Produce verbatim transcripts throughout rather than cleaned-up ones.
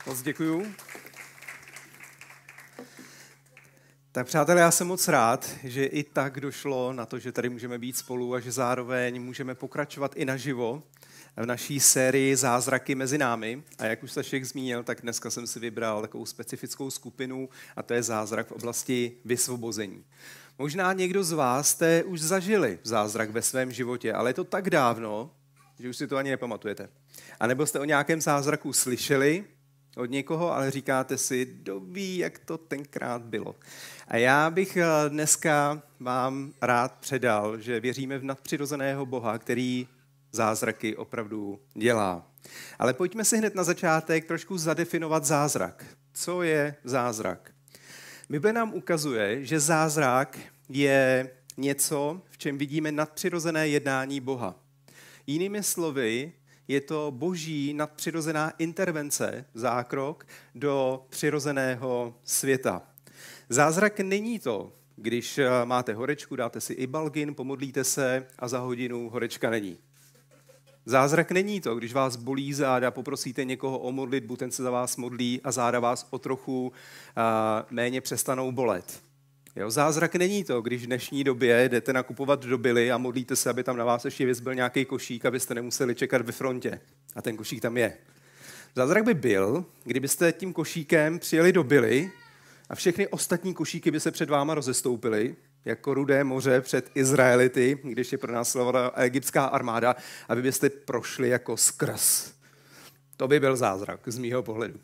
Moc děkuju. Tak přátelé, já jsem moc rád, že i tak došlo na to, že tady můžeme být spolu a že zároveň můžeme pokračovat i naživo v naší sérii Zázraky mezi námi. A jak už Stašek zmínil, tak dneska jsem si vybral takovou specifickou skupinu a to je zázrak v oblasti vysvobození. Možná někdo z vás jste už zažili zázrak ve svém životě, ale je to tak dávno, že už si to ani nepamatujete. A nebo jste o nějakém zázraku slyšeli od někoho, ale říkáte si, kdo ví, jak to tenkrát bylo. A já bych dneska vám rád předal, že věříme v nadpřirozeného Boha, který zázraky opravdu dělá. Ale pojďme si hned na začátek trošku zadefinovat zázrak. Co je zázrak? Bible nám ukazuje, že zázrak je něco, v čem vidíme nadpřirozené jednání Boha. Jinými slovy, je to boží nadpřirozená intervence, zákrok do přirozeného světa. Zázrak není to, když máte horečku, dáte si ibalgin, pomodlíte se a za hodinu horečka není. Zázrak není to, když vás bolí záda, poprosíte někoho o modlitbu, ten se za vás modlí a záda vás o trochu a, méně přestanou bolet. Jo, zázrak není to, když v dnešní době jdete nakupovat do Billy a modlíte se, aby tam na vás ještě vyzbyl nějaký košík, abyste nemuseli čekat ve frontě. A ten košík tam je. Zázrak by byl, kdybyste tím košíkem přijeli do Billy a všechny ostatní košíky by se před váma rozestoupily, jako Rudé moře před Izraelity, když je pronásledovala egyptská armáda, aby byste prošli jako skrz. To by byl zázrak z mýho pohledu.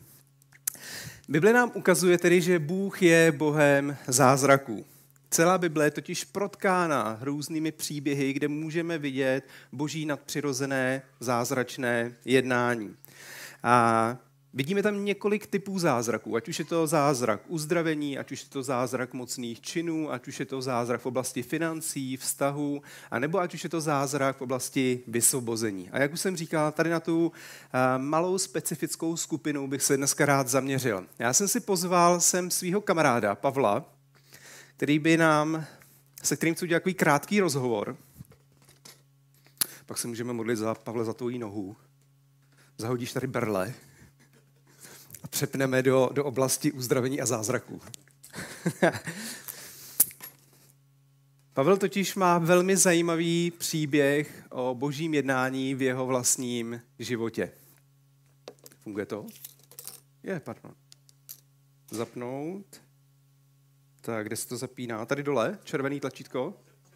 Bible nám ukazuje tedy, že Bůh je Bohem zázraků. Celá Bible je totiž protkána různými příběhy, kde můžeme vidět boží nadpřirozené zázračné jednání. A vidíme tam několik typů zázraků, ať už je to zázrak uzdravení, ať už je to zázrak mocných činů, ať už je to zázrak v oblasti financí, vztahu, anebo ať už je to zázrak v oblasti vysvobození. A jak už jsem říkal, tady na tu malou specifickou skupinu bych se dneska rád zaměřil. Já jsem si pozval sem svého kamaráda Pavla, který by nám, se kterým chci udělat takový krátký rozhovor. Pak se můžeme modlit za Pavle za tvojí nohu. Zahodíš tady berle. A přepneme do, do oblasti uzdravení a zázraků. Pavel totiž má velmi zajímavý příběh o božím jednání v jeho vlastním životě. Funguje to? Je, pardon. Zapnout. Tak, kde se to zapíná? Tady dole, červený tlačítko.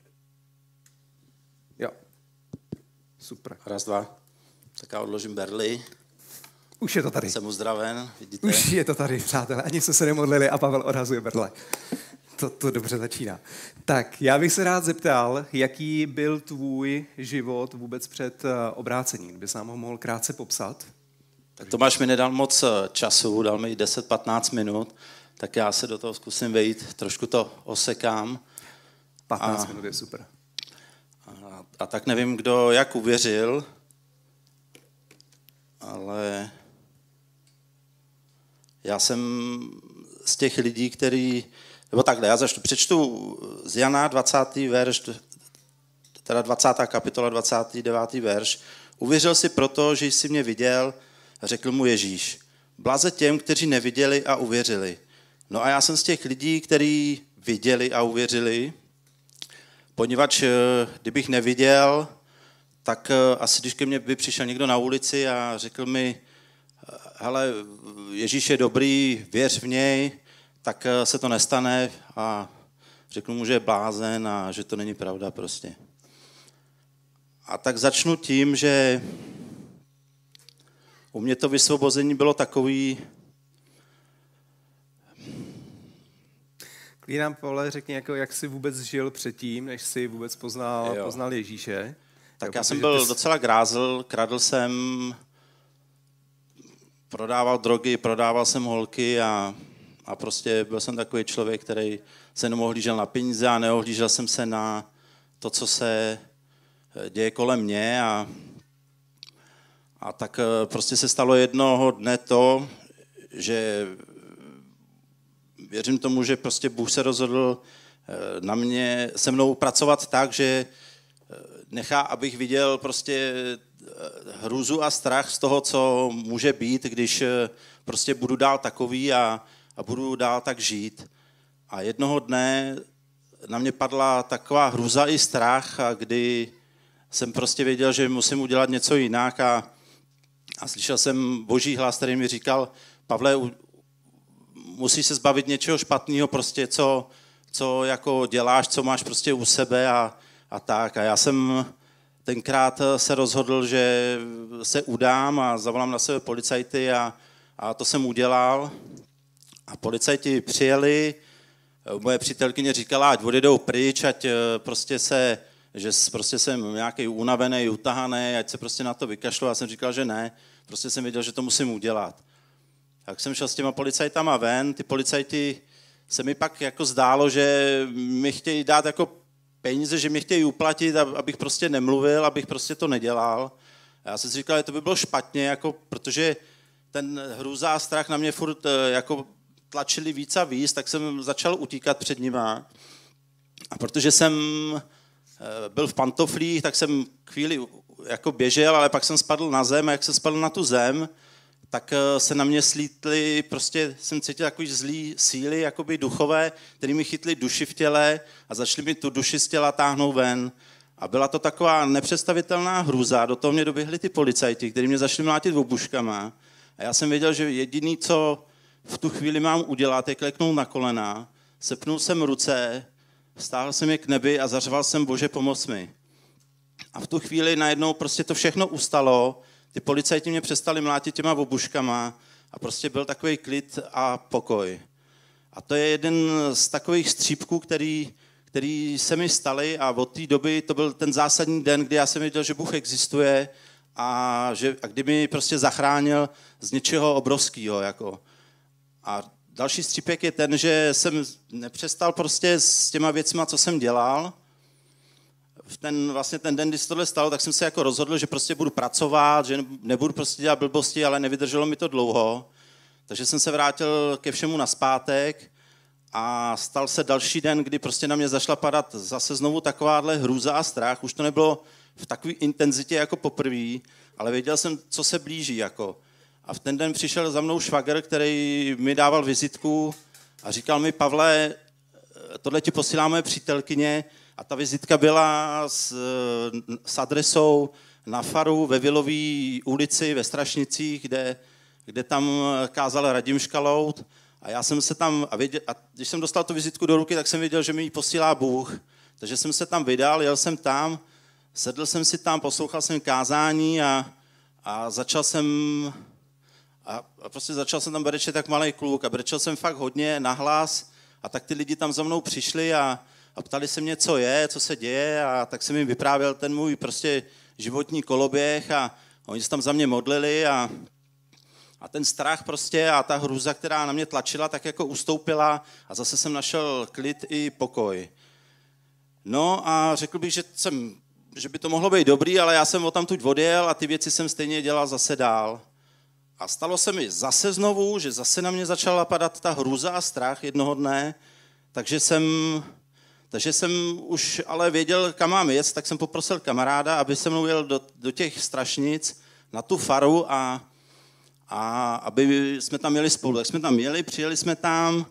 Jo. Super. Raz, dva. Tak já odložím berly. Už je to tady. Jsem uzdraven, vidíte? Už je to tady, přátelé. Ani jsme se nemodlili a Pavel odhazuje berle. To, to dobře začíná. Tak, já bych se rád zeptal, jaký byl tvůj život vůbec před obrácením. Kdybys nám ho mohl krátce popsat? Tak Tomáš mi nedal moc času, dal mi deset patnáct minut, tak já se do toho zkusím vejít, trošku to osekám. patnáct minut je super. A, a tak nevím, kdo jak uvěřil, ale já jsem z těch lidí, který, nebo takhle, já začnu, přečtu z Jana dvacátý verš, teda dvacátá kapitola, dvacátý devátý verš. Uvěřil si proto, že jsi mě viděl, řekl mu Ježíš. Blaze těm, kteří neviděli a uvěřili. No a já jsem z těch lidí, kteří viděli a uvěřili, poněvadž kdybych neviděl, tak asi když ke mně by přišel někdo na ulici a řekl mi, hele, Ježíš je dobrý, věř v něj, tak se to nestane a řeknu mu, že je blázen a že to není pravda prostě. A tak začnu tím, že u mě to vysvobození bylo takový... Klidně nám, Pavle, řekni, jako, jak jsi vůbec žil předtím, než jsi vůbec poznal, poznal Ježíše. Tak jo, já jsem byl jsi... docela grázl, kradl jsem, prodával drogy, prodával jsem holky a, a prostě byl jsem takový člověk, který se jenom ohlížel na peníze a neohlížel jsem se na to, co se děje kolem mě a, a tak prostě se stalo jednoho dne to, že věřím tomu, že prostě Bůh se rozhodl na mě, se mnou pracovat tak, že nechá, abych viděl prostě hrůzu a strach z toho, co může být, když prostě budu dál takový a, a budu dál tak žít. A jednoho dne na mě padla taková hrůza i strach, a kdy jsem prostě věděl, že musím udělat něco jinak a, a slyšel jsem Boží hlas, který mi říkal, Pavle, musíš se zbavit něčeho špatného, prostě co, co jako děláš, co máš prostě u sebe a, a tak. A já jsem tenkrát se rozhodl, že se udám a zavolám na sebe policajty a, a to jsem udělal. A policajti přijeli, moje přítelkyně říkala, ať odjedou pryč, ať prostě se, že prostě jsem nějaký unavený, utahaný, ať se prostě na to vykašlu. Já jsem říkal, že ne, prostě jsem věděl, že to musím udělat. Tak jsem šel s těma policajtama ven, ty policajti se mi pak jako zdálo, že mi chtějí dát jako peníze, že mi chtějí uplatit, abych prostě nemluvil, abych prostě to nedělal. A já jsem si říkal, že to by bylo špatně, jako, protože ten hrůza a strach na mě furt jako tlačili víc a víc, tak jsem začal utíkat před nima. A protože jsem byl v pantoflích, tak jsem chvíli jako běžel, ale pak jsem spadl na zem a jak jsem spadl na tu zem, tak se na mě slítly, prostě jsem cítil takový zlý síly, jakoby duchové, který mi chytli duši v těle a začali mi tu duši z těla táhnout ven. A byla to taková nepředstavitelná hrůza. Do toho mě doběhli ty policajti, kteří mě začali mlátit obuškama. A já jsem věděl, že jediný, co v tu chvíli mám udělat, je kleknout na kolena, sepnul jsem ruce, stáhl jsem je k nebi a zařval jsem, Bože, pomoz mi. A v tu chvíli najednou prostě to všechno ustalo, ty policajti mě přestali mlátit těma obuškama a prostě byl takový klid a pokoj. A to je jeden z takových střípků, který, který se mi staly a od té doby to byl ten zásadní den, kdy já jsem věděl, že Bůh existuje a, že, a kdy mi prostě zachránil z něčeho obrovského. Jako. A další střípek je ten, že jsem nepřestal prostě s těma věcma, co jsem dělal. V ten, vlastně ten den, kdy se tohle stalo, tak jsem se jako rozhodl, že prostě budu pracovat, že nebudu prostě dělat blbosti, ale nevydrželo mi to dlouho. Takže jsem se vrátil ke všemu nazpátek a stal se další den, kdy prostě na mě zašla padat zase znovu takováhle hrůza a strach. Už to nebylo v takové intenzitě jako poprvé, ale věděl jsem, co se blíží. Jako. A v ten den přišel za mnou švagr, který mi dával vizitku a říkal mi, Pavle, tohle ti posílá moje přítelkyně, a ta vizitka byla s, s adresou na faru ve Vilové ulici ve Strašnicích, kde, kde tam kázal Radim Škalout. A já jsem se tam, a, věděl, a když jsem dostal tu vizitku do ruky, tak jsem věděl, že mi ji posílá Bůh. Takže jsem se tam vydal, jel jsem tam, sedl jsem si tam, poslouchal jsem kázání a, a začal jsem a, a prostě začal jsem tam brečet jak malej kluk a brečel jsem fakt hodně nahlas a tak ty lidi tam za mnou přišli a A ptali se mě, co je, co se děje, a tak jsem jim vyprávěl ten můj prostě životní koloběh a oni se tam za mě modlili a, a ten strach prostě a ta hrůza, která na mě tlačila, tak jako ustoupila a zase jsem našel klid i pokoj. No a řekl bych, že, jsem, že by to mohlo být dobrý, ale já jsem o tamtud odjel a ty věci jsem stejně dělal zase dál. A stalo se mi zase znovu, že zase na mě začala padat ta hrůza a strach jednoho dne, takže jsem... Takže jsem už ale věděl, kam mám jet, tak jsem poprosil kamaráda, aby se mnou jel do, do těch Strašnic na tu faru a, a aby jsme tam jeli spolu. Tak jsme tam jeli, přijeli jsme tam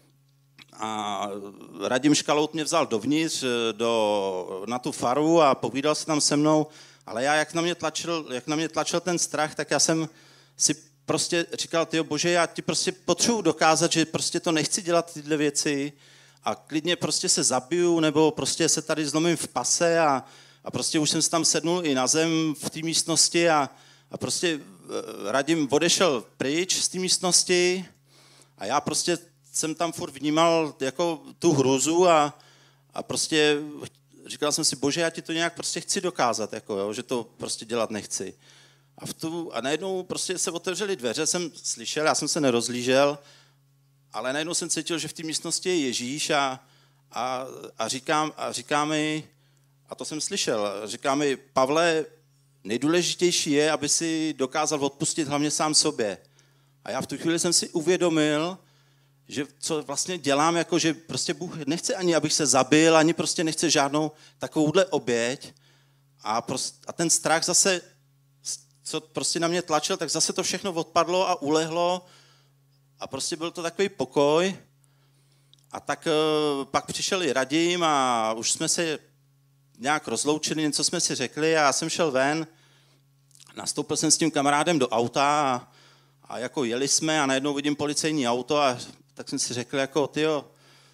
a Radim Škalout mě vzal dovnitř do, na tu faru a povídal se tam se mnou, ale já, jak na mě tlačil, jak na mě tlačil ten strach, tak já jsem si prostě říkal, tyjo Bože, já ti prostě potřebuji dokázat, že prostě to nechci dělat tyhle věci, a klidně prostě se zabiju, nebo prostě se tady zlomím v pase a, a prostě už jsem se tam sednul i na zem v té místnosti a, a prostě Radim odešel pryč z té místnosti a já prostě jsem tam furt vnímal jako tu hrůzu a, a prostě říkal jsem si, Bože, já ti to nějak prostě chci dokázat, jako, jo, že to prostě dělat nechci. A, v tu, a najednou prostě se otevřely dveře, jsem slyšel, já jsem se nerozlížel, ale najednou jsem cítil, že v té místnosti je Ježíš a, a, a, říkám, a říká mi, a to jsem slyšel, říká mi, Pavle, nejdůležitější je, aby si dokázal odpustit hlavně sám sobě. A já v tu chvíli jsem si uvědomil, že co vlastně dělám, jako že prostě Bůh nechce ani, abych se zabil, ani prostě nechce žádnou takovouhle oběť. A, prost, a ten strach zase co prostě na mě tlačil, tak zase to všechno odpadlo a ulehlo a prostě byl to takový pokoj. A tak pak přišel i Radim a už jsme se nějak rozloučili, něco jsme si řekli a já jsem šel ven, nastoupil jsem s tím kamarádem do auta a, a jako jeli jsme a najednou vidím policejní auto a tak jsem si řekl jako, tyjo,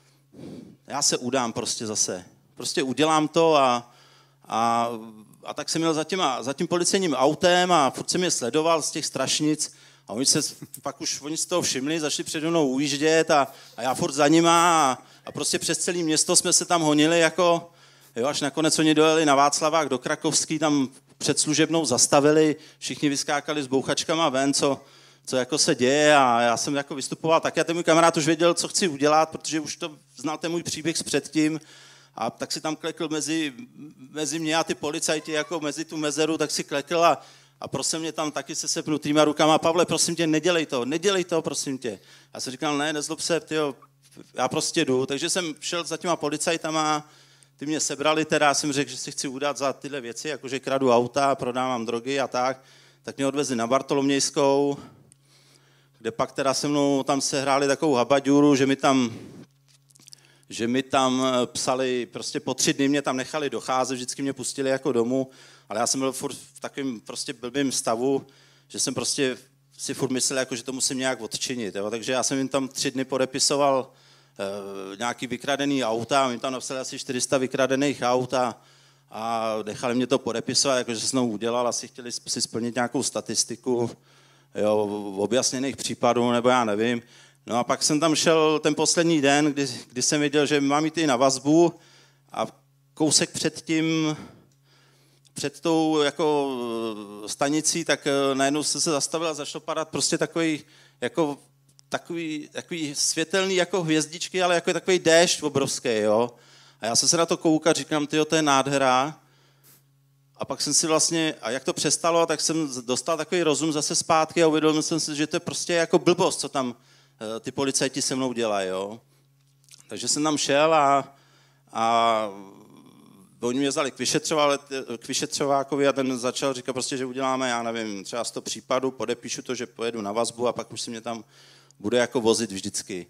já se udám prostě zase. Prostě udělám to a, a, a tak jsem jel za tím, za tím policejním autem a furt jsem je sledoval z těch strašnic a oni se pak už oni z toho všimli, začali přede mnou ujíždět a, a já furt za nima a, a prostě přes celé město jsme se tam honili jako, jo, až nakonec oni dojeli na Václavák do Krakovský, tam před služebnou zastavili, všichni vyskákali s bouchačkama ven, co, co jako se děje a já jsem jako vystupoval, tak já ten můj kamarád už věděl, co chci udělat, protože už to znal ten můj příběh s předtím a tak si tam klekl mezi, mezi mě a ty policajti, jako mezi tu mezeru, tak si klekl a, a prosil mě tam taky se sepnutýma rukama, Pavle, prosím tě, nedělej to, nedělej to, prosím tě. A jsem říkal, ne, nezlob se, tyjo, já prostě jdu, takže jsem šel za těma policajtama, ty mě sebrali teda, já jsem řekl, že si chci udat za tyhle věci, jakože kradu auta, prodávám drogy a tak, tak mě odvezli na Bartolomějskou, kde pak teda se mnou tam se hráli takovou habaďůru, že mi tam, že mi tam psali, prostě po tři dny mě tam nechali docházet, vždycky mě pustili jako domů, ale já jsem byl furt v takovém prostě blbým stavu, že jsem prostě si furt myslel, jako, že to musím nějak odčinit, jo? Takže já jsem jim tam tři dny podepisoval e, nějaký vykradený auta, oni tam napsali asi čtyři sta vykradených aut a, a nechali mě to podepisovat, jakože jsem to udělal, asi chtěli si splnit nějakou statistiku, jo, objasněných případů, nebo já nevím. No a pak jsem tam šel ten poslední den, kdy, kdy jsem věděl, že mám jít i na vazbu a kousek před tím, před tou jako stanicí, tak najednou jsem se zastavil a začalo padat prostě takový, jako, takový, takový světelný jako hvězdičky, ale jako takový déšť obrovský, jo. A já jsem se na to koukal, říkám, tyjo, to je nádhera. A pak jsem si vlastně, a jak to přestalo, tak jsem dostal takový rozum zase zpátky a uvědomil jsem si, že to je prostě jako blbost, co tam ty policajti se mnou dělají, jo. Takže jsem tam šel a, a oni mě vzali k, k vyšetřovákovi a ten začal říkat prostě, že uděláme, já nevím, třeba sto případů, podepíšu to, že pojedu na vazbu a pak už si mě tam bude jako vozit vždycky.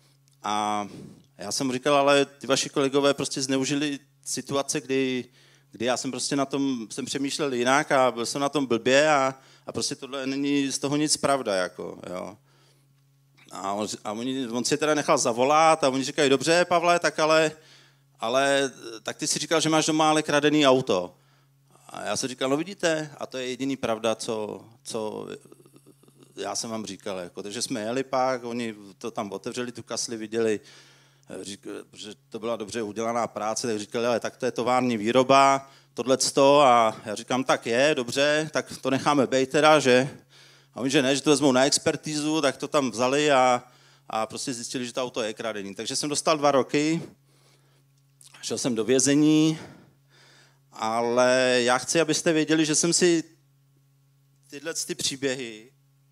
A já jsem říkal, ale ty vaši kolegové prostě zneužili situace, kdy kdy já jsem prostě na tom, jsem přemýšlel jinak a byl jsem na tom blbě a, a prostě tohle není z toho nic pravda, jako, jo. A on, a on, on si teda nechal zavolat a oni říkají, dobře, Pavle, tak ale, ale, tak ty si říkal, že máš doma ale kradený auto. A já jsem říkal, no vidíte, a to je jediný pravda, co, co já jsem vám říkal, jako, takže jsme jeli pak, oni to tam otevřeli, tu kasli, viděli, říkali, že to byla dobře udělaná práce, tak říkali, ale tak to je tovární výroba, tohleto a já říkám, tak je, dobře, tak to necháme bejt teda, že? A oni, že ne, že to vezmou na expertízu, tak to tam vzali a, a prostě zjistili, že to auto je kradený. Takže jsem dostal dva roky, šel jsem do vězení, ale já chci, abyste věděli, že jsem si tyhle ty příběhy,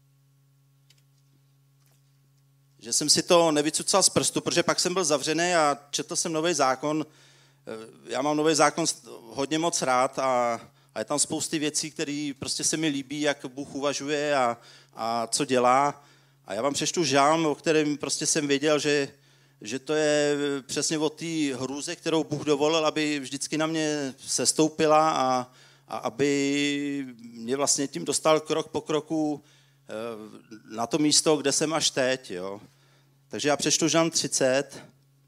že jsem si to nevycucal z prstu, protože pak jsem byl zavřený a četl jsem nový zákon. Já mám nový zákon hodně moc rád a, a je tam spousty věcí, které prostě se mi líbí, jak Bůh uvažuje a, a co dělá. A já vám přečtu žálm, o kterém prostě jsem věděl, že, že to je přesně o té hrůze, kterou Bůh dovolil, aby vždycky na mě sestoupila a, a aby mě vlastně tím dostal krok po kroku na to místo, kde jsem až teď. Jo. Takže já přečtu žálm třicet.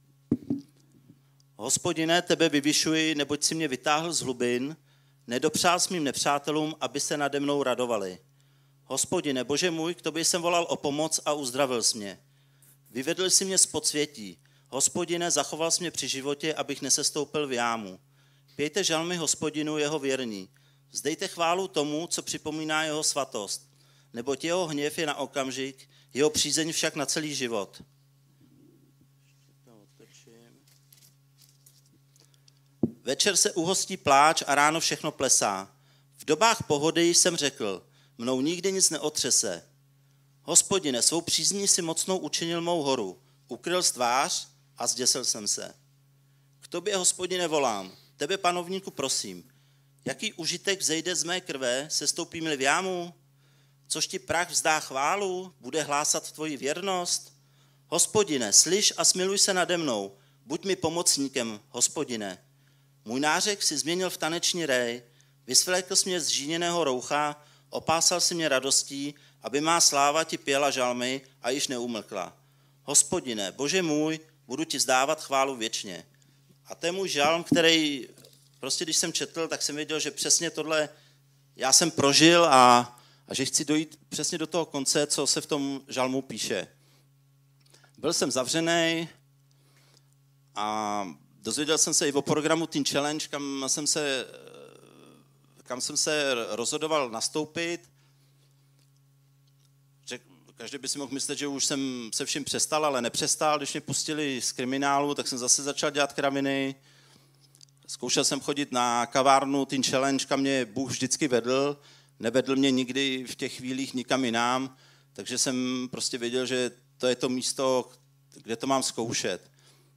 Hospodine, tebe vyvyšuji, neboť si mě vytáhl z hlubin, nedopřál s mým nepřátelům, aby se nade mnou radovali. Hospodine, Bože můj, k tobě jsem volal o pomoc a uzdravil jsi mě. Vyvedl jsi mě z podsvětí. Hospodine, zachoval jsi mě při životě, abych nesestoupil v jámu. Pějte žalmy Hospodinu, jeho věrní. Vzdejte chválu tomu, co připomíná jeho svatost. Neboť jeho hněv je na okamžik, jeho přízeň však na celý život. Večer se uhostí pláč a ráno všechno plesá. V dobách pohody jsem řekl, mnou nikdy nic neotřese. Hospodine, svou přízní si mocnou učinil mou horu. Ukryl tvář a zděsil jsem se. K tobě, Hospodine, volám. Tebe, panovníku, prosím. Jaký užitek vzejde z mé krve, sestoupím-li v jámu? Což ti prach vzdá chválu, bude hlásat tvoji věrnost? Hospodine, slyš a smiluj se nade mnou, buď mi pomocníkem, Hospodine. Můj nářek si změnil v taneční rej, vysvlékl jsi mě z žíněného roucha, opásal si mě radostí, aby má sláva ti pěla žalmy a již neumlkla. Hospodine, Bože můj, budu ti vzdávat chválu věčně. A to je můj žalm, který prostě když jsem četl, tak jsem věděl, že přesně tohle já jsem prožil a, a že chci dojít přesně do toho konce, co se v tom žalmu píše. Byl jsem zavřený a dozvěděl jsem se i o programu Teen Challenge, kam jsem se, kam jsem se rozhodoval nastoupit. Že každý by si mohl myslet, že už jsem se vším přestal, ale nepřestal. Když mě pustili z kriminálu, tak jsem zase začal dělat kraviny. Zkoušel jsem chodit na kavárnu Teen Challenge, kam mě Bůh vždycky vedl. Nevedl mě nikdy v těch chvílích nikam jinam, takže jsem prostě věděl, že to je to místo, kde to mám zkoušet.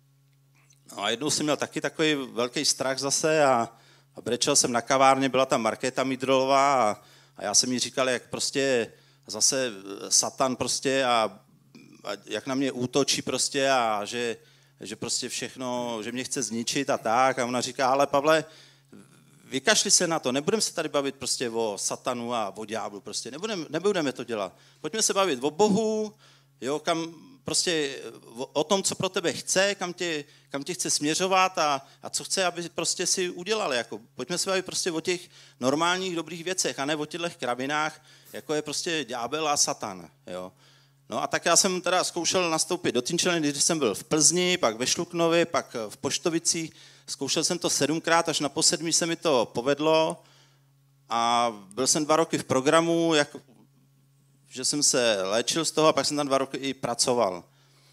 No a jednou jsem měl taky takový velký strach zase a, a brečel jsem na kavárně, byla tam Markéta Midrolová a, a já jsem jí říkal, jak prostě zase Satan prostě a, a jak na mě útočí prostě a že, že prostě všechno, že mě chce zničit a tak. A ona říká, ale Pavle, vykašli se na to, nebudeme se tady bavit prostě o satanu a o ďáblu, prostě nebudeme, nebudeme to dělat. Pojďme se bavit o Bohu, jo, kam prostě o, o tom, co pro tebe chce, kam tě, kam tě chce směřovat a, a co chce, aby prostě si udělal. Jako, pojďme se bavit prostě o těch normálních dobrých věcech a ne o těchto kravinách, jako je prostě ďábel a satan, jo. No a tak já jsem teda zkoušel nastoupit do Teen Challenge, když jsem byl v Plzni, pak ve Šluknově, pak v Poštovicích. Zkoušel jsem to sedmkrát, až na posedmí se mi to povedlo a byl jsem dva roky v programu, jak, že jsem se léčil z toho a pak jsem tam dva roky i pracoval.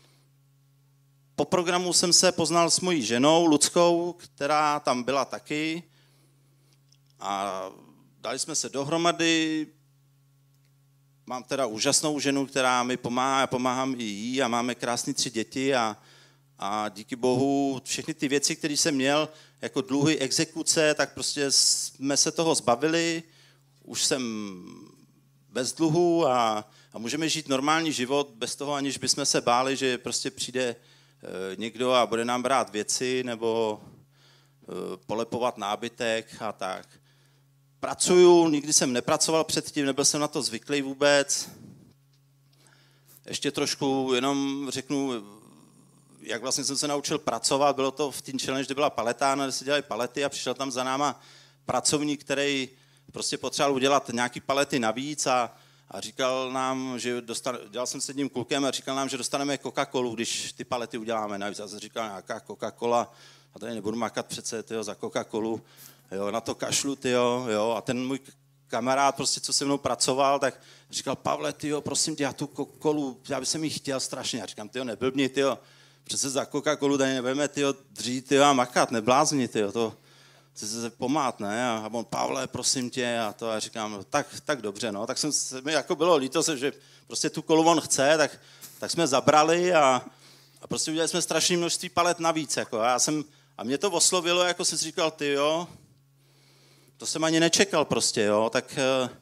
Po programu jsem se poznal s mojí ženou Luckou, která tam byla taky a dali jsme se dohromady. Mám teda úžasnou ženu, která mi pomáhá, já pomáhám i jí a máme krásné tři děti a, a díky Bohu všechny ty věci, které jsem měl, jako dluhy, exekuce, tak prostě jsme se toho zbavili, už jsem bez dluhu a, a můžeme žít normální život bez toho, aniž bychom se báli, že prostě přijde e, někdo a bude nám brát věci nebo e, polepovat nábytek a tak. Pracuju, nikdy jsem nepracoval předtím, nebyl jsem na to zvyklý vůbec. Ještě trošku jenom řeknu, jak vlastně jsem se naučil pracovat. Bylo to v Teen Challenge, kde byla paletárna, kde se dělaly palety a přišel tam za náma pracovník, který prostě potřeboval udělat nějaký palety navíc a, a říkal nám, že dostane, dělal jsem s jedním klukem a říkal nám, že dostaneme Coca-Colu, když ty palety uděláme navíc. A jsem říkal, nějaká Coca-Cola, a tady nebudu makat přece tyjo, za Coca-Colu. Jo, na to kašlu, tyjo, jo, a ten můj kamarád, prostě, co se mnou pracoval, tak říkal, Pavle, tyjo, prosím tě, já tu Coca-Colu, já bych se mi chtěl strašně. Já říkám, tyjo, neblbni, tyjo, přece za Coca-Colu tady nebudeme, tyjo, dřít, tyjo, a makat, neblázni, tyjo, to chci se pomát, ne, a on, Pavle, prosím tě, a to, a říkám, no, tak, tak dobře, no, tak jsem se mi jako bylo líto, že prostě tu kolu on chce, tak, tak jsme zabrali a, a prostě udělali jsme strašné množství palet navíc, jako, a já jsem, a mě to oslovilo, jako jsem si říkal, tyjo, to jsem ani nečekal prostě, jo, tak,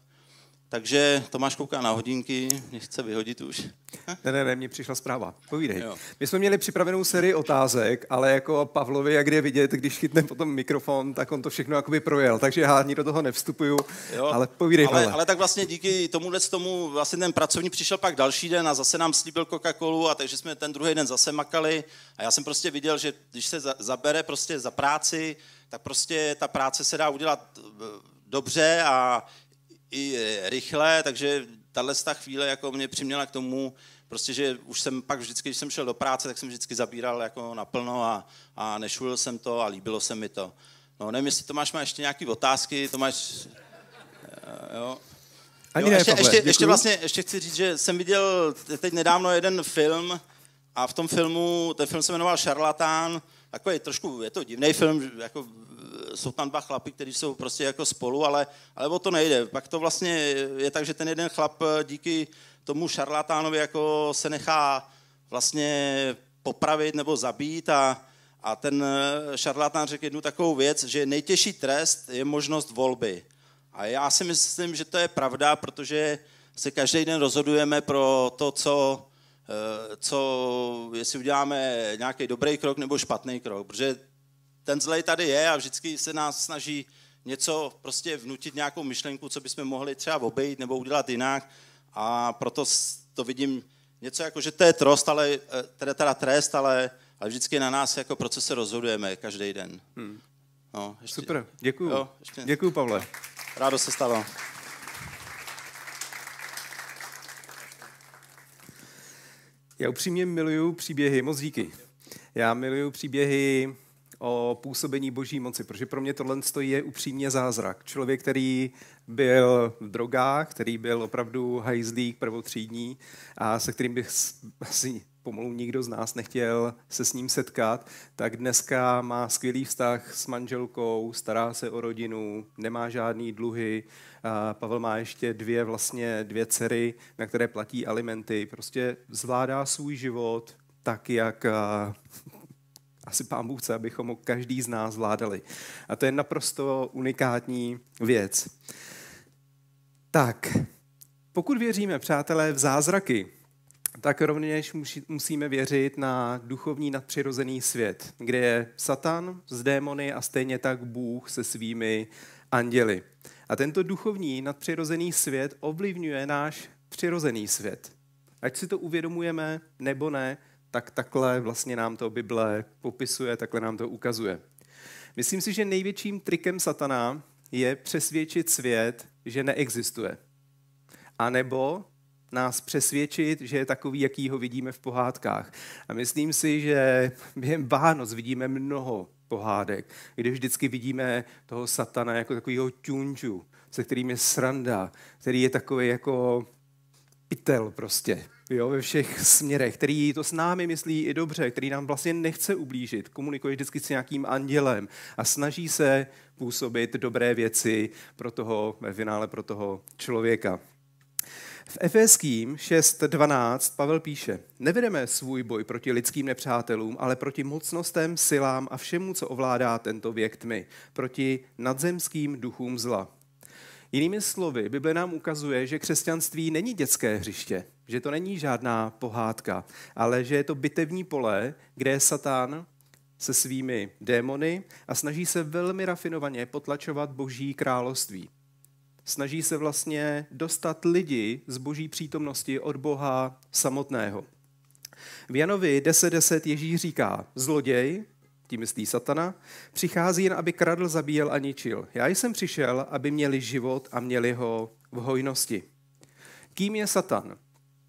takže Tomáš kouká na hodinky, mě chce vyhodit už. Ne, ne, ne, mně přišla zpráva. Povídej. Jo. My jsme měli připravenou sérii otázek, ale jako Pavlovi, jak je vidět, když chytne potom mikrofon, tak on to všechno jakoby projel, takže já ani do toho nevstupuju, jo, ale povídej, ale, Pavle. ale tak vlastně díky tomuhle tomu, vlastně ten pracovník přišel pak další den a zase nám slíbil Coca-Colu a takže jsme ten druhý den zase makali a já jsem prostě viděl, že když se za, zabere prostě za práci, tak prostě ta práce se dá udělat dobře a i rychle, takže tahle chvíle jako mě přiměla k tomu, prostě, že už jsem pak vždycky, když jsem šel do práce, tak jsem vždycky zabíral jako naplno a, a nešulil jsem to a líbilo se mi to. No nevím, jestli Tomáš má ještě nějaké otázky, Tomáš, jo. Ani jo, ne, ještě, Pavle, ještě, děkuju. ještě vlastně, ještě chci říct, že jsem viděl teď nedávno jeden film a v tom filmu, ten film se jmenoval Šarlatán, takový trošku, je to divný film, jako jsou tam dva chlapy, kteří jsou prostě jako spolu, ale, ale o to nejde. Pak to vlastně je tak, že ten jeden chlap díky tomu šarlatánovi jako se nechá vlastně popravit nebo zabít a, A ten šarlatán řekl jednu takovou věc, že nejtěžší trest je možnost volby. A já si myslím, že to je pravda, protože se každý den rozhodujeme pro to, co, co jestli uděláme nějaký dobrý krok nebo špatný krok. Protože ten zlej tady je a vždycky se nás snaží něco prostě vnutit, nějakou myšlenku, co bychom mohli třeba obejít nebo udělat jinak. A proto to vidím něco jako, že to je trest, ale, teda, teda trest, ale, ale vždycky na nás jako pro co se rozhodujeme každý den. Hmm. No, ještě. Super, děkuju. Jo, ještě. Děkuju, Pavle. Rádo se stalo. Já upřímně miluju příběhy, moc díky. Já miluju příběhy o působení boží moci, protože pro mě tohle je upřímně zázrak. Člověk, který byl v drogách, který byl opravdu hajzlík prvotřídní a se kterým bych asi pomalu nikdo z nás nechtěl se s ním setkat, tak dneska má skvělý vztah s manželkou, stará se o rodinu, nemá žádný dluhy. A Pavel má ještě dvě vlastně dvě dcery, na které platí alimenty. Prostě zvládá svůj život tak, jak asi Pán Bůh chce, abychom ho každý z nás zvládali. A to je naprosto unikátní věc. Tak, pokud věříme, přátelé, v zázraky, tak rovněž musíme věřit na duchovní nadpřirozený svět, kde je Satan s démony a stejně tak Bůh se svými anděli. A tento duchovní nadpřirozený svět ovlivňuje náš přirozený svět. Ať si to uvědomujeme nebo ne, tak takhle vlastně nám to Bible popisuje, takhle nám to ukazuje. Myslím si, že největším trikem satana je přesvědčit svět, že neexistuje. A nebo nás přesvědčit, že je takový, jaký ho vidíme v pohádkách. A myslím si, že během Vánoc vidíme mnoho pohádek, kde vždycky vidíme toho satana jako takovýho ťunču, se kterým je sranda, který je takový jako pytel prostě, jo, ve všech směrech, který to s námi myslí i dobře, který nám vlastně nechce ublížit, komunikuje vždycky s nějakým andělem a snaží se působit dobré věci pro toho, ve finále pro toho člověka. V Efeským šest dvanáct Pavel píše, nevedeme svůj boj proti lidským nepřátelům, ale proti mocnostem, silám a všemu, co ovládá tento věk tmy, proti nadzemským duchům zla. Jinými slovy, Bible nám ukazuje, že křesťanství není dětské hřiště, že to není žádná pohádka, ale že je to bitevní pole, kde je Satan se svými démony a snaží se velmi rafinovaně potlačovat boží království. Snaží se vlastně dostat lidi z boží přítomnosti od Boha samotného. V Janovi deset deset Ježíš říká, zloděj, tím myslí Satana, přichází jen, aby kradl, zabíjel a ničil. Já jsem přišel, aby měli život a měli ho v hojnosti. Kým je Satan?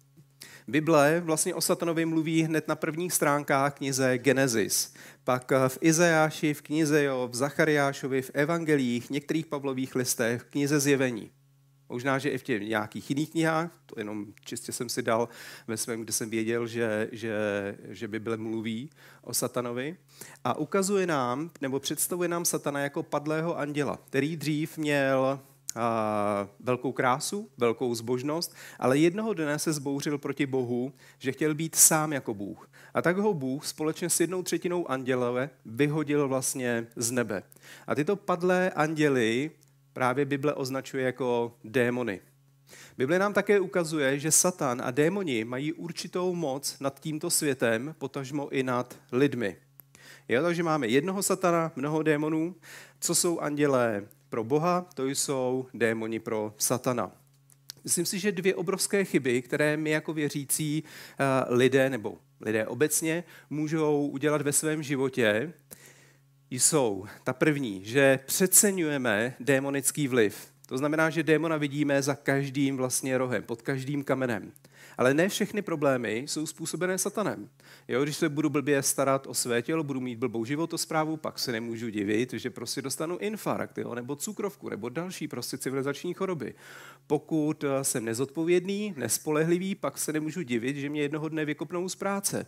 Bible vlastně o Satanovi mluví hned na prvních stránkách knize Genesis. Pak v Izajáši, v knize Job, v Zachariášovi, v evangelích, některých Pavlových listech, v knize Zjevení. Možná, že i v těch nějakých jiných knihách, to jenom čistě jsem si dal ve svém, kde jsem věděl, že, že, že Bible mluví o Satanovi. A ukazuje nám, nebo představuje nám Satana jako padlého anděla, který dřív měl a, velkou krásu, velkou zbožnost, ale jednoho dne se zbouřil proti Bohu, že chtěl být sám jako Bůh. A tak ho Bůh společně s jednou třetinou andělové vyhodil vlastně z nebe. A tyto padlé anděly právě Bible označuje jako démony. Bible nám také ukazuje, že Satan a démoni mají určitou moc nad tímto světem, potažmo i nad lidmi. Jo, takže máme jednoho Satana, mnoho démonů. Co jsou andělé pro Boha, to jsou démoni pro Satana. Myslím si, že dvě obrovské chyby, které my jako věřící lidé nebo lidé obecně můžou udělat ve svém životě, jsou ta první, že přeceňujeme démonický vliv. To znamená, že démona vidíme za každým vlastně rohem, pod každým kamenem. Ale ne všechny problémy jsou způsobené Satanem. Jo, když se budu blbě starat o své tělo, budu mít blbou životosprávu, pak se nemůžu divit, že prostě dostanu infarkt, jo, nebo cukrovku, nebo další prostě civilizační choroby. Pokud jsem nezodpovědný, nespolehlivý, pak se nemůžu divit, že mě jednoho dne vykopnou z práce.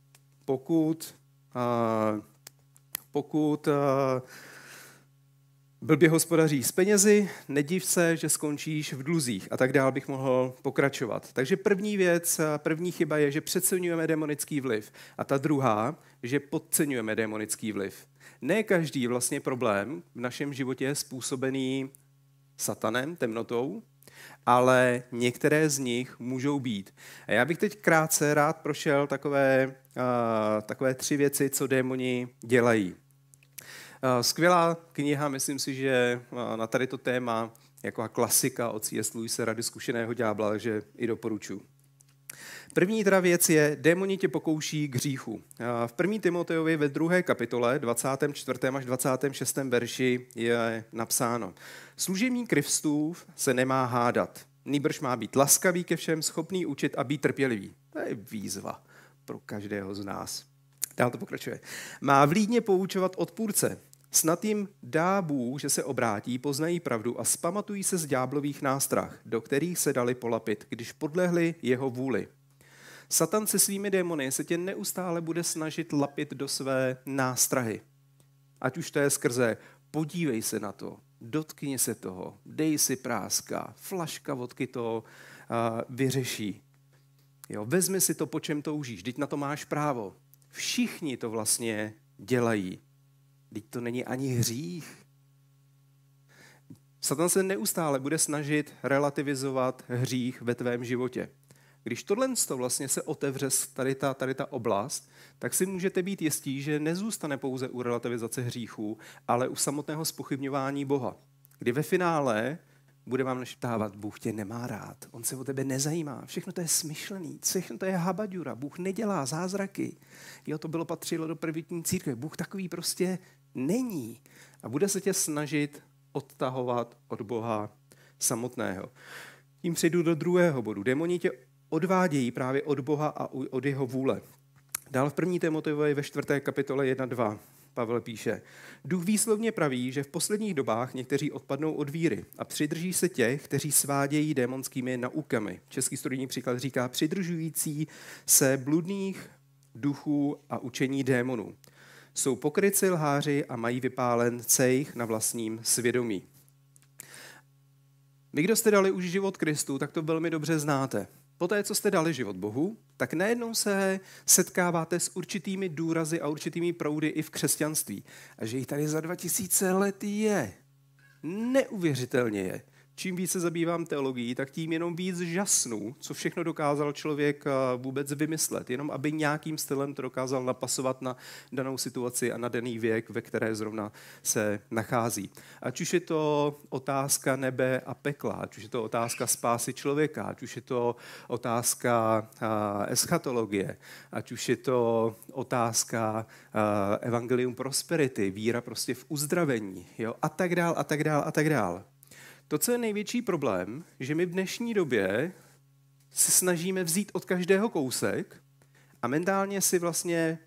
Pokud... Uh, Pokud blbě hospodaří s penězi, nediv se, že skončíš v dluzích a tak dál bych mohl pokračovat. Takže první věc, první chyba je, že přeceňujeme demonický vliv. A ta druhá, že podceňujeme demonický vliv. Ne každý vlastně problém v našem životě je způsobený satanem, temnotou, ale některé z nich můžou být. A já bych teď krátce rád prošel takové, uh, takové tři věci, co démoni dělají. Uh, skvělá kniha, myslím si, že uh, na tady to téma, jako klasika od C S. Lewise, Rady zkušeného ďábla, takže i doporučuji. První teda věc je, démoni tě pokouší k hříchu. V první Timotejovi ve druhé kapitole, dvacátém čtvrtém až dvacátém šestém verši je napsáno: Služebník Kristův se nemá hádat, nýbrž má být laskavý ke všem, schopný učit a být trpělivý. To je výzva pro každého z nás. Dál to pokračuje. Má vlídně poučovat odpůrce. Snad jim dá Bůh, že se obrátí, poznají pravdu a spamatují se z ďáblových nástrah, do kterých se dali polapit, když podlehli jeho vůli. Satan se svými démony se tě neustále bude snažit lapit do své nástrahy. Ať už to je skrze podívej se na to, dotkni se toho, dej si práska, flaška vodky to uh, vyřeší. Jo, vezmi si to, po čem toužíš, vždyť na to máš právo. Všichni to vlastně dělají. Vždyť to není ani hřích. Satan se neustále bude snažit relativizovat hřích ve tvém životě. Když tohle vlastně se otevře tady ta, tady ta oblast, tak si můžete být jistí, že nezůstane pouze u relativizace hříchů, ale u samotného zpochybňování Boha. Kdy ve finále bude vám našeptávat, Bůh tě nemá rád, on se o tebe nezajímá, všechno to je smyšlený, všechno to je habaďura, Bůh nedělá zázraky. Jo, to bylo patřilo do prvotní církve, Bůh takový prostě není. A bude se tě snažit odtahovat od Boha samotného. Tím přejdu do druhého bodu. Démoni tě odvádějí právě od Boha a od jeho vůle. Dál v první Timotejovi ve čtvrté kapitole jedna dva Pavel píše: Duch výslovně praví, že v posledních dobách někteří odpadnou od víry a přidrží se těch, kteří svádějí démonskými naukami. Český studijní příklad říká přidržující se bludných duchů a učení démonů. Jsou pokrytci, lháři a mají vypálen cejch na vlastním svědomí. Vy, kdo jste dali už život Kristu, tak to velmi dobře znáte. Poté, co jste dali život Bohu, tak najednou se setkáváte s určitými důrazy a určitými proudy i v křesťanství. A že jich tady za dva tisíce let je. Neuvěřitelně je. Čím víc se zabývám teologií, tak tím jenom víc žasnu, co všechno dokázal člověk vůbec vymyslet. Jenom aby nějakým stylem to dokázal napasovat na danou situaci a na daný věk, ve které zrovna se nachází. Ať už je to otázka nebe a pekla, ať už je to otázka spásy člověka, ať už je to otázka eschatologie, ať už je to otázka evangelium prosperity, víra prostě v uzdravení, jo, a tak dál, a tak dál, a tak dál. To, co je největší problém, že my v dnešní době se snažíme vzít od každého kousek a mentálně si vlastně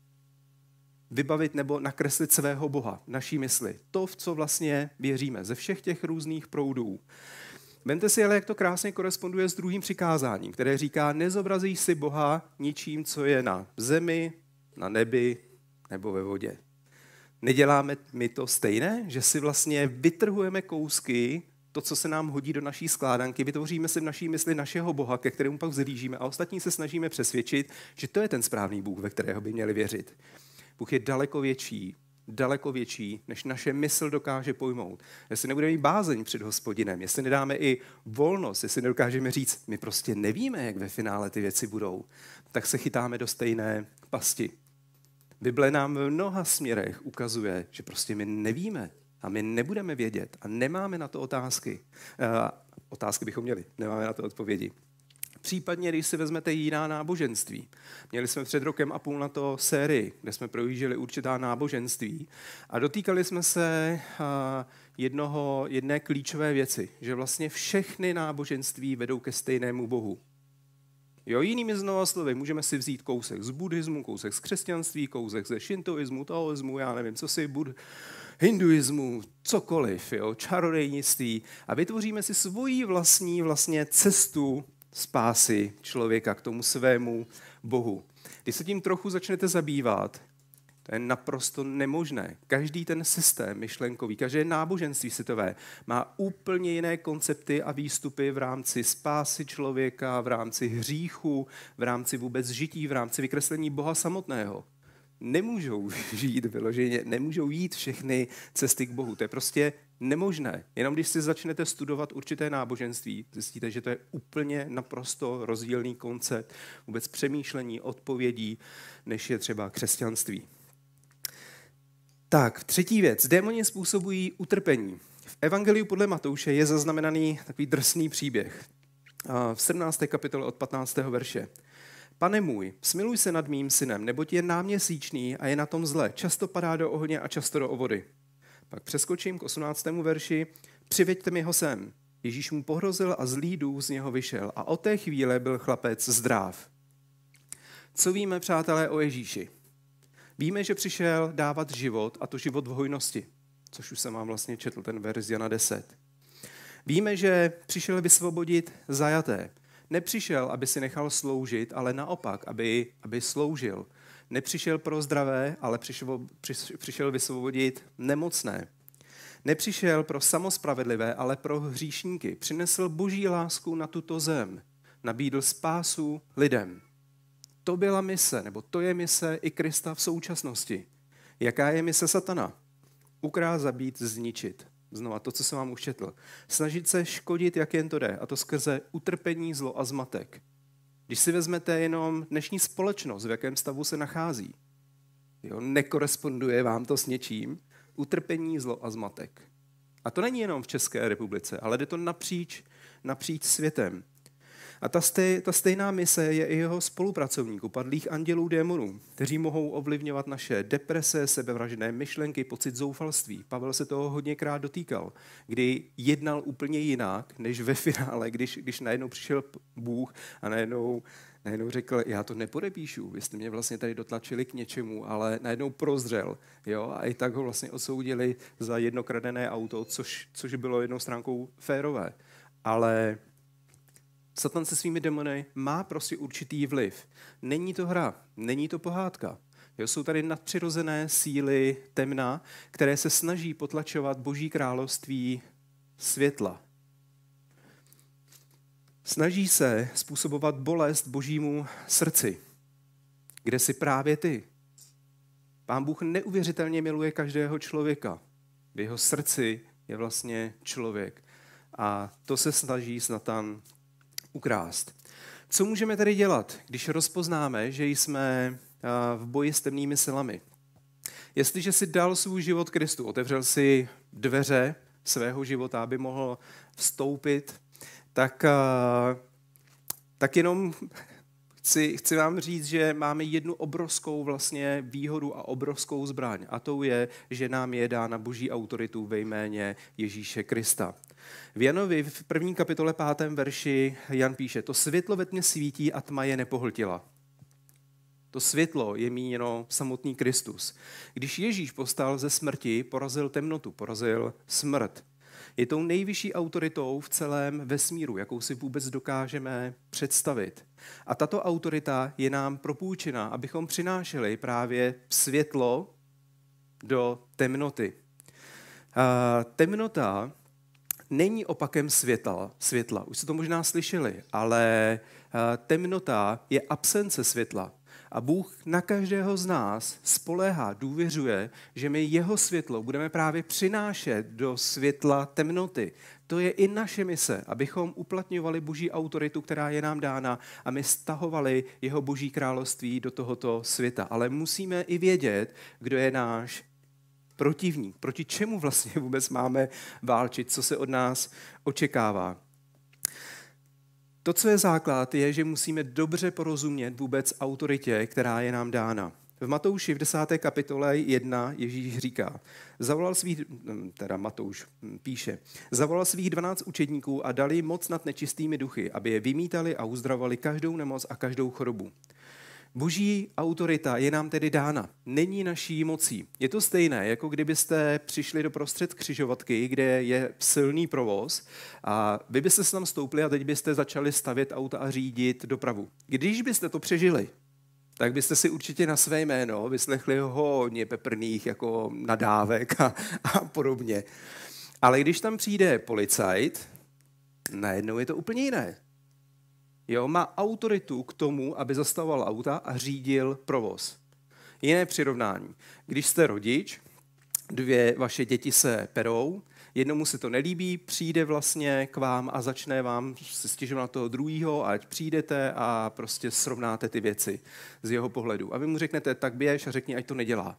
vybavit nebo nakreslit svého Boha, naší mysli. To, v co vlastně věříme, ze všech těch různých proudů. Vemte si ale, jak to krásně koresponduje s druhým přikázáním, které říká, nezobrazíš si Boha ničím, co je na zemi, na nebi nebo ve vodě. Neděláme my to stejné, že si vlastně vytrhujeme kousky, to, co se nám hodí do naší skládanky, vytvoříme si v naší mysli našeho Boha, ke kterému pak vzhlížíme a ostatní se snažíme přesvědčit, že to je ten správný Bůh, ve kterého by měli věřit. Bůh je daleko větší, daleko větší, než naše mysl dokáže pojmout. Jestli nebudeme mít bázeň před Hospodinem, jestli nedáme i volnost, jestli nedokážeme říct, my prostě nevíme, jak ve finále ty věci budou, tak se chytáme do stejné pasti. Bible nám v mnoha směrech ukazuje, že prostě my nevíme a my nebudeme vědět a nemáme na to otázky. Uh, otázky bychom měli, nemáme na to odpovědi. Případně, když si vezmete jiná náboženství. Měli jsme před rokem a půl na to sérii, kde jsme projížděli určitá náboženství a dotýkali jsme se uh, jednoho, jedné klíčové věci, že vlastně všechny náboženství vedou ke stejnému Bohu. Jo, jinými znova slovy, můžeme si vzít kousek z buddhismu, kousek z křesťanství, kousek ze šintoismu, taoismu, já nevím, co si, bud, hinduismu, cokoliv, jo, čarodejnictví a vytvoříme si svoji vlastní vlastně cestu spásy člověka k tomu svému Bohu. Když se tím trochu začnete zabývat, To je naprosto nemožné. Každý ten systém myšlenkový, každé náboženství světové má úplně jiné koncepty a výstupy v rámci spásy člověka, v rámci hříchu, v rámci vůbec žití, v rámci vykreslení Boha samotného. Nemůžou žít vyloženě, nemůžou jít všechny cesty k Bohu. To je prostě nemožné. Jenom když si začnete studovat určité náboženství, zjistíte, že to je úplně naprosto rozdílný koncept vůbec přemýšlení, odpovědí, než je třeba křesťanství. Tak, třetí věc. Démoni způsobují utrpení. V Evangeliu podle Matouše je zaznamenaný takový drsný příběh. V sedmnácté kapitole od patnáctého verše. Pane můj, smiluj se nad mým synem, neboť je náměsíčný a je na tom zle. Často padá do ohně a často do vody. Pak přeskočím k osmnáctému verši. Přiveďte mi ho sem. Ježíš mu pohrozil a zlý duch z něho vyšel. A od té chvíle byl chlapec zdráv. Co víme, přátelé, o Ježíši? Víme, že přišel dávat život, a to život v hojnosti, což už jsem vám vlastně četl, ten verš Jana deset. Víme, že přišel vysvobodit zajaté. Nepřišel, aby si nechal sloužit, ale naopak, aby, aby sloužil. Nepřišel pro zdravé, ale přišel, přišel vysvobodit nemocné. Nepřišel pro samospravedlivé, ale pro hříšníky. Přinesl boží lásku na tuto zem. Nabídl spásu lidem. To byla mise, nebo to je mise i Krista v současnosti. Jaká je mise satana? Ukrást, zabít, zničit. Znova to, co jsem vám už četl. Snažit se škodit, jak jen to jde, a to skrze utrpení, zlo a zmatek. Když si vezmete jenom dnešní společnost, v jakém stavu se nachází, jo, nekoresponduje vám to s něčím, utrpení, zlo a zmatek. A to není jenom v České republice, ale jde to napříč, napříč světem. A ta, stej, ta stejná mise je i jeho spolupracovníků, padlých andělů démonů, kteří mohou ovlivňovat naše deprese, sebevražedné myšlenky, pocit zoufalství. Pavel se toho hodněkrát dotýkal, kdy jednal úplně jinak, než ve finále, když, když najednou přišel Bůh a najednou, najednou řekl, já to nepodepíšu, vy jste mě vlastně tady dotlačili k něčemu, ale najednou prozřel. Jo? A i tak ho vlastně odsoudili za jedno kradené auto, což, což bylo jednou stránkou férové. Ale Satan se svými demony má prostě určitý vliv. Není to hra, není to pohádka. Jo, jsou tady nadpřirozené síly temna, které se snaží potlačovat Boží království světla. Snaží se způsobovat bolest Božímu srdci, kde si právě ty. Pán Bůh neuvěřitelně miluje každého člověka. V jeho srdci je vlastně člověk. A to se snaží Satan ukrást. Co můžeme tedy dělat, když rozpoznáme, že jsme v boji s temnými silami? Jestliže si dal svůj život Kristu, otevřel si dveře svého života, aby mohl vstoupit, tak, tak jenom chci, chci vám říct, že máme jednu obrovskou vlastně výhodu a obrovskou zbraň. A to je, že nám je dána Boží autoritu ve jméně Ježíše Krista. V Janovi v první kapitole pátém verši Jan píše, to světlo ve tmě svítí a tma je nepohltila. To světlo je míněno samotný Kristus. Když Ježíš povstal ze smrti, porazil temnotu, porazil smrt. Je tou nejvyšší autoritou v celém vesmíru, jakou si vůbec dokážeme představit. A tato autorita je nám propůjčena, abychom přinášeli právě světlo do temnoty. A temnota není opakem světla, světla. Už jste to možná slyšeli, ale temnota je absence světla. A Bůh na každého z nás spoléhá, důvěřuje, že my jeho světlo budeme právě přinášet do světla temnoty. To je i naše mise, abychom uplatňovali Boží autoritu, která je nám dána, a my stahovali jeho Boží království do tohoto světa. Ale musíme i vědět, kdo je náš protivník, proti čemu vlastně vůbec máme válčit, co se od nás očekává. To, co je základ, je, že musíme dobře porozumět vůbec autoritě, která je nám dána. V Matouši v desáté kapitole jedna Ježíš říká, zavolal svých, teda Matouš píše, zavolal svých dvanáct učedníků a dali moc nad nečistými duchy, aby je vymítali a uzdravovali každou nemoc a každou chorobu. Boží autorita je nám tedy dána, není naší mocí. Je to stejné, jako kdybyste přišli do prostřed křižovatky, kde je silný provoz a vy byste se tam stoupli a teď byste začali stavět auta a řídit dopravu. Když byste to přežili, tak byste si určitě na své jméno vyslechli hodně peprných jako nadávek a, a podobně. Ale když tam přijde policajt, najednou je to úplně jiné. Jo, má autoritu k tomu, aby zastavoval auta a řídil provoz. Jiné přirovnání. Když jste rodič, dvě vaše děti se perou, jednomu se to nelíbí, přijde vlastně k vám a začne vám se stěžovat na toho druhýho, ať přijdete a prostě srovnáte ty věci z jeho pohledu. A vy mu řeknete, tak běž a řekni, ať to nedělá.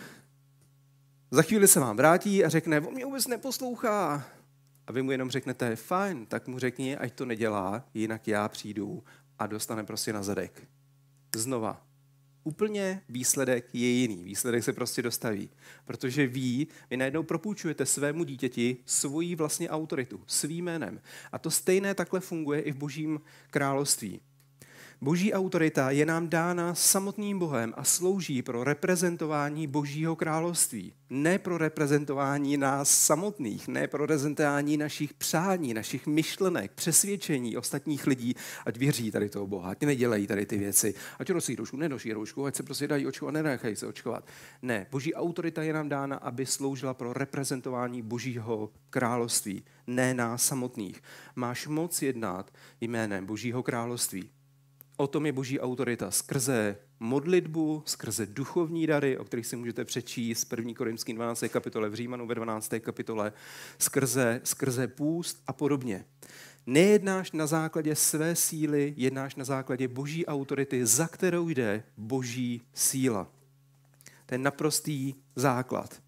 Za chvíli se vám vrátí a řekne, on mě vůbec neposlouchá. A vy mu jenom řeknete, fajn, tak mu řekni, ať to nedělá, jinak já přijdu a dostane prostě na zadek. Znova. Úplně výsledek je jiný. Výsledek se prostě dostaví. Protože ví, vy najednou propůjčujete svému dítěti svoji vlastně autoritu, svým jménem. A to stejné takhle funguje i v Božím království. Boží autorita je nám dána samotným Bohem a slouží pro reprezentování Božího království. Ne pro reprezentování nás samotných, ne pro reprezentování našich přání, našich myšlenek, přesvědčení ostatních lidí, ať věří tady toho Boha, ať nedělají tady ty věci, ať nosí roušku, nenosí roušku, ať se prostě dají očkovat, nenechají se očkovat. Ne, Boží autorita je nám dána, aby sloužila pro reprezentování Božího království, ne nás samotných. Máš moc jednat jménem Božího království. O tom je Boží autorita skrze modlitbu, skrze duchovní dary, o kterých si můžete přečíst v první Korinským dvanácté kapitole, v Římanům ve dvanácté kapitole, skrze, skrze půst a podobně. Nejednáš na základě své síly, jednáš na základě Boží autority, za kterou jde Boží síla. To je naprostý základ.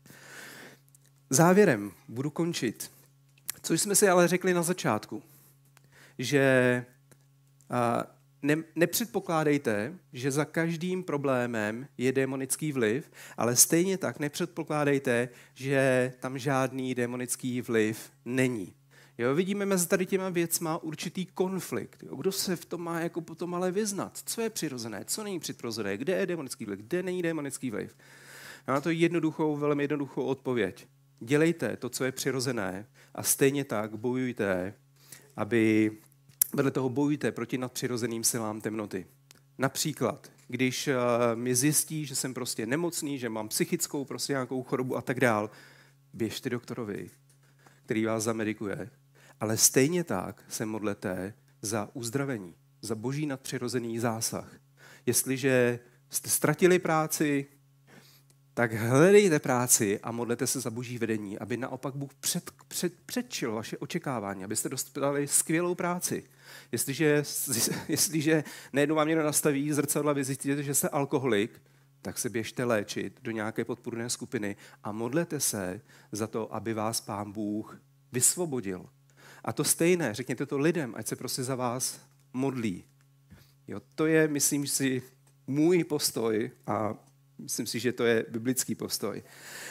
Závěrem budu končit. Co jsme si ale řekli na začátku, že a, Ne, nepředpokládejte, že za každým problémem je démonický vliv, ale stejně tak nepředpokládejte, že tam žádný démonický vliv není. Jo, vidíme mezi tady těma věcma určitý konflikt. Jo, kdo se v tom má jako potom ale vyznat? Co je přirozené, co není přirozené, kde je démonický vliv, kde není démonický vliv? Já na to jednoduchou, velmi jednoduchou odpověď. Dělejte to, co je přirozené a stejně tak bojujte, aby vedle toho bojujte proti nadpřirozeným silám temnoty. Například, když uh, mi zjistí, že jsem prostě nemocný, že mám psychickou prostě nějakou chorobu a tak dál, běžte doktorovi, který vás zamedikuje. Ale stejně tak se modlete za uzdravení, za Boží nadpřirozený zásah. Jestliže jste ztratili práci, tak hledejte práci a modlete se za Boží vedení, aby naopak Bůh před, před, předčil vaše očekávání, abyste dostali skvělou práci. Jestliže, jestliže nejednou vám někdo nastaví zrcadla, vy zjistíte, že jste alkoholik, tak se běžte léčit do nějaké podpůrné skupiny a modlete se za to, aby vás Pán Bůh vysvobodil. A to stejné, řekněte to lidem, ať se prostě za vás modlí. Jo, to je, myslím si, můj postoj a myslím si, že to je biblický postoj.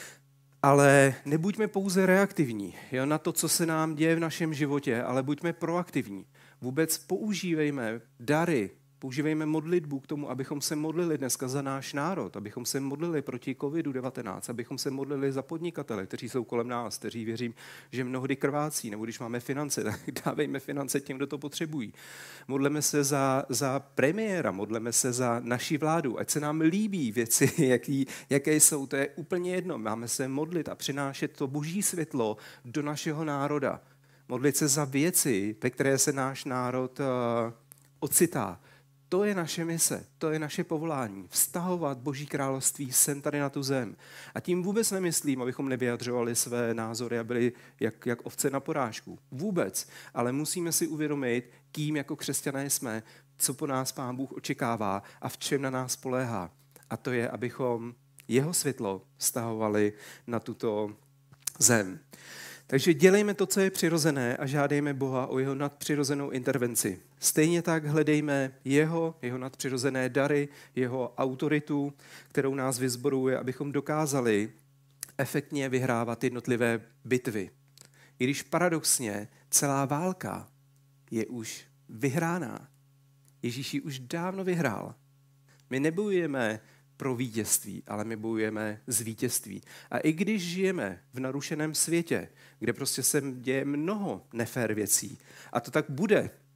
Ale nebuďme pouze reaktivní jo, na to, co se nám děje v našem životě, ale buďme proaktivní. Vůbec používejme dary, používejme modlitbu k tomu, abychom se modlili dneska za náš národ, abychom se modlili proti kovidu devatenáct, abychom se modlili za podnikatele, kteří jsou kolem nás, kteří věřím, že mnohdy krvácí, nebo když máme finance, tak dávejme finance těm, kdo to potřebují. Modleme se za, za premiéra, modleme se za naši vládu, ať se nám líbí věci, jaký, jaké jsou, to je úplně jedno. Máme se modlit a přinášet to Boží světlo do našeho národa. Modlit se za věci, ve které se náš národ uh, ocitá. To je naše mise, to je naše povolání. Vztahovat Boží království sem tady na tu zem. A tím vůbec nemyslím, abychom nevyjadřovali své názory a byli jak, jak ovce na porážku. Vůbec. Ale musíme si uvědomit, kým jako křesťané jsme, co po nás Pán Bůh očekává a v čem na nás spoléhá. A to je, abychom jeho světlo vztahovali na tuto zem. Takže dělejme to, co je přirozené a žádejme Boha o jeho nadpřirozenou intervenci. Stejně tak hledejme jeho, jeho nadpřirozené dary, jeho autoritu, kterou nás vyzboruje, abychom dokázali efektně vyhrávat jednotlivé bitvy. I když paradoxně celá válka je už vyhrána. Ježíš ji už dávno vyhrál. My nebojujeme pro vítězství, ale my bojujeme z vítězství. A i když žijeme v narušeném světě, kde prostě se děje mnoho nefér věcí, a to tak bude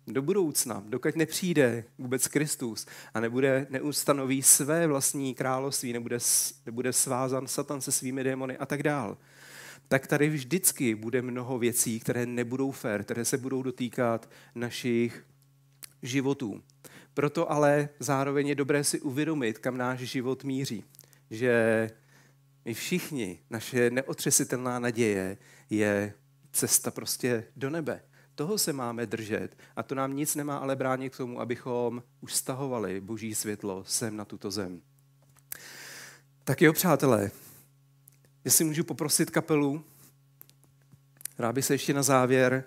do budoucna, dokud nepřijde vůbec Kristus a nebude, neustanoví své vlastní království, nebude, nebude svázan Satan se svými démony a tak dál, tak tady vždycky bude mnoho věcí, které nebudou fér, které se budou dotýkat našich životů. Proto ale zároveň je dobré si uvědomit, kam náš život míří. Že my všichni, naše neotřesitelná naděje je cesta prostě do nebe. Toho se máme držet a to nám nic nemá ale bránit k tomu, abychom už stahovali boží světlo sem na tuto zem. Tak jo, přátelé, jestli můžu poprosit kapelu, rád bych se ještě na závěr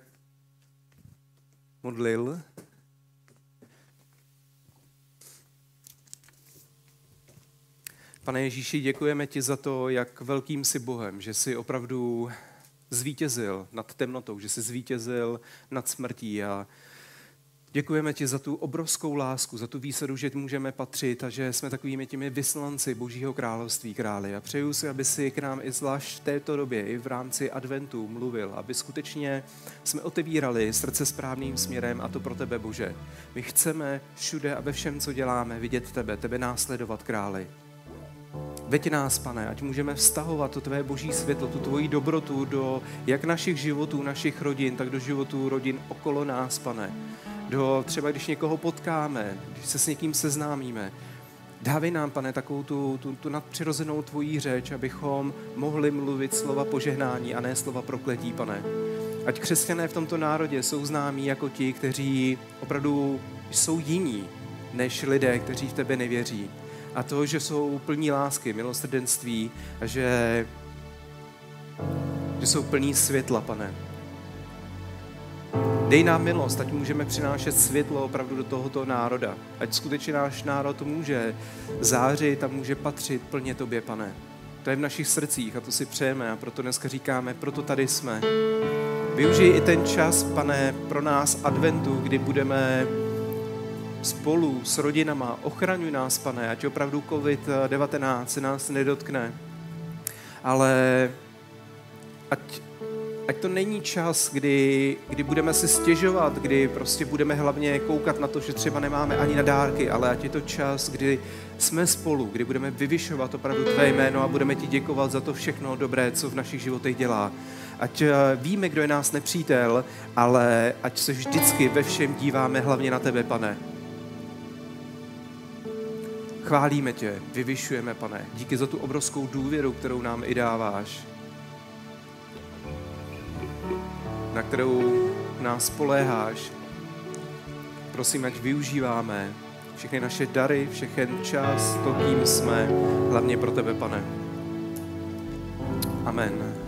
modlil. Pane Ježíši, děkujeme ti za to, jak velkým jsi Bohem, že jsi opravdu zvítězil nad temnotou, že jsi zvítězil nad smrtí a děkujeme ti za tu obrovskou lásku, za tu výsadu, že můžeme patřit a že jsme takovými těmi vyslanci Božího království, králi. A přeju si, aby si k nám i zvlášť v této době, i v rámci adventu mluvil, aby skutečně jsme otevírali srdce správným směrem a to pro tebe, Bože. My chceme všude a ve všem, co děláme, vidět tebe, tebe následovat, králi. Veď nás, Pane, ať můžeme vztahovat to tvé boží světlo, tu tvoji dobrotu do jak našich životů, našich rodin, tak do životů rodin okolo nás, Pane. Do třeba, když někoho potkáme, když se s někým seznámíme. Dávej nám, Pane, takovou tu, tu, tu nadpřirozenou tvojí řeč, abychom mohli mluvit slova požehnání a ne slova prokletí, Pane. Ať křesťané v tomto národě jsou známí jako ti, kteří opravdu jsou jiní než lidé, kteří v tebe nevěří. A to, že jsou plní lásky, milosrdenství a že, že jsou plní světla, Pane. Dej nám milost, ať můžeme přinášet světlo opravdu do tohoto národa. Ať skutečně náš národ může zářit a může patřit plně tobě, Pane. To je v našich srdcích a to si přejeme a proto dneska říkáme, proto tady jsme. Využij i ten čas, Pane, pro nás adventu, kdy budeme spolu s rodinama, ochraňuj nás, Pane, ať opravdu covid devatenáct se nás nedotkne, ale ať, ať to není čas, kdy, kdy budeme si stěžovat, kdy prostě budeme hlavně koukat na to, že třeba nemáme ani na dárky, ale ať je to čas, kdy jsme spolu, kdy budeme vyvyšovat opravdu tvé jméno a budeme ti děkovat za to všechno dobré, co v našich životech dělá. Ať víme, kdo je nás nepřítel, ale ať se vždycky ve všem díváme hlavně na tebe, Pane. Chválíme tě, vyvyšujeme, Pane. Díky za tu obrovskou důvěru, kterou nám i dáváš. Na kterou nás spoléháš. Prosím, ať využíváme všechny naše dary, všechen čas, to, kým jsme, hlavně pro tebe, Pane. Amen.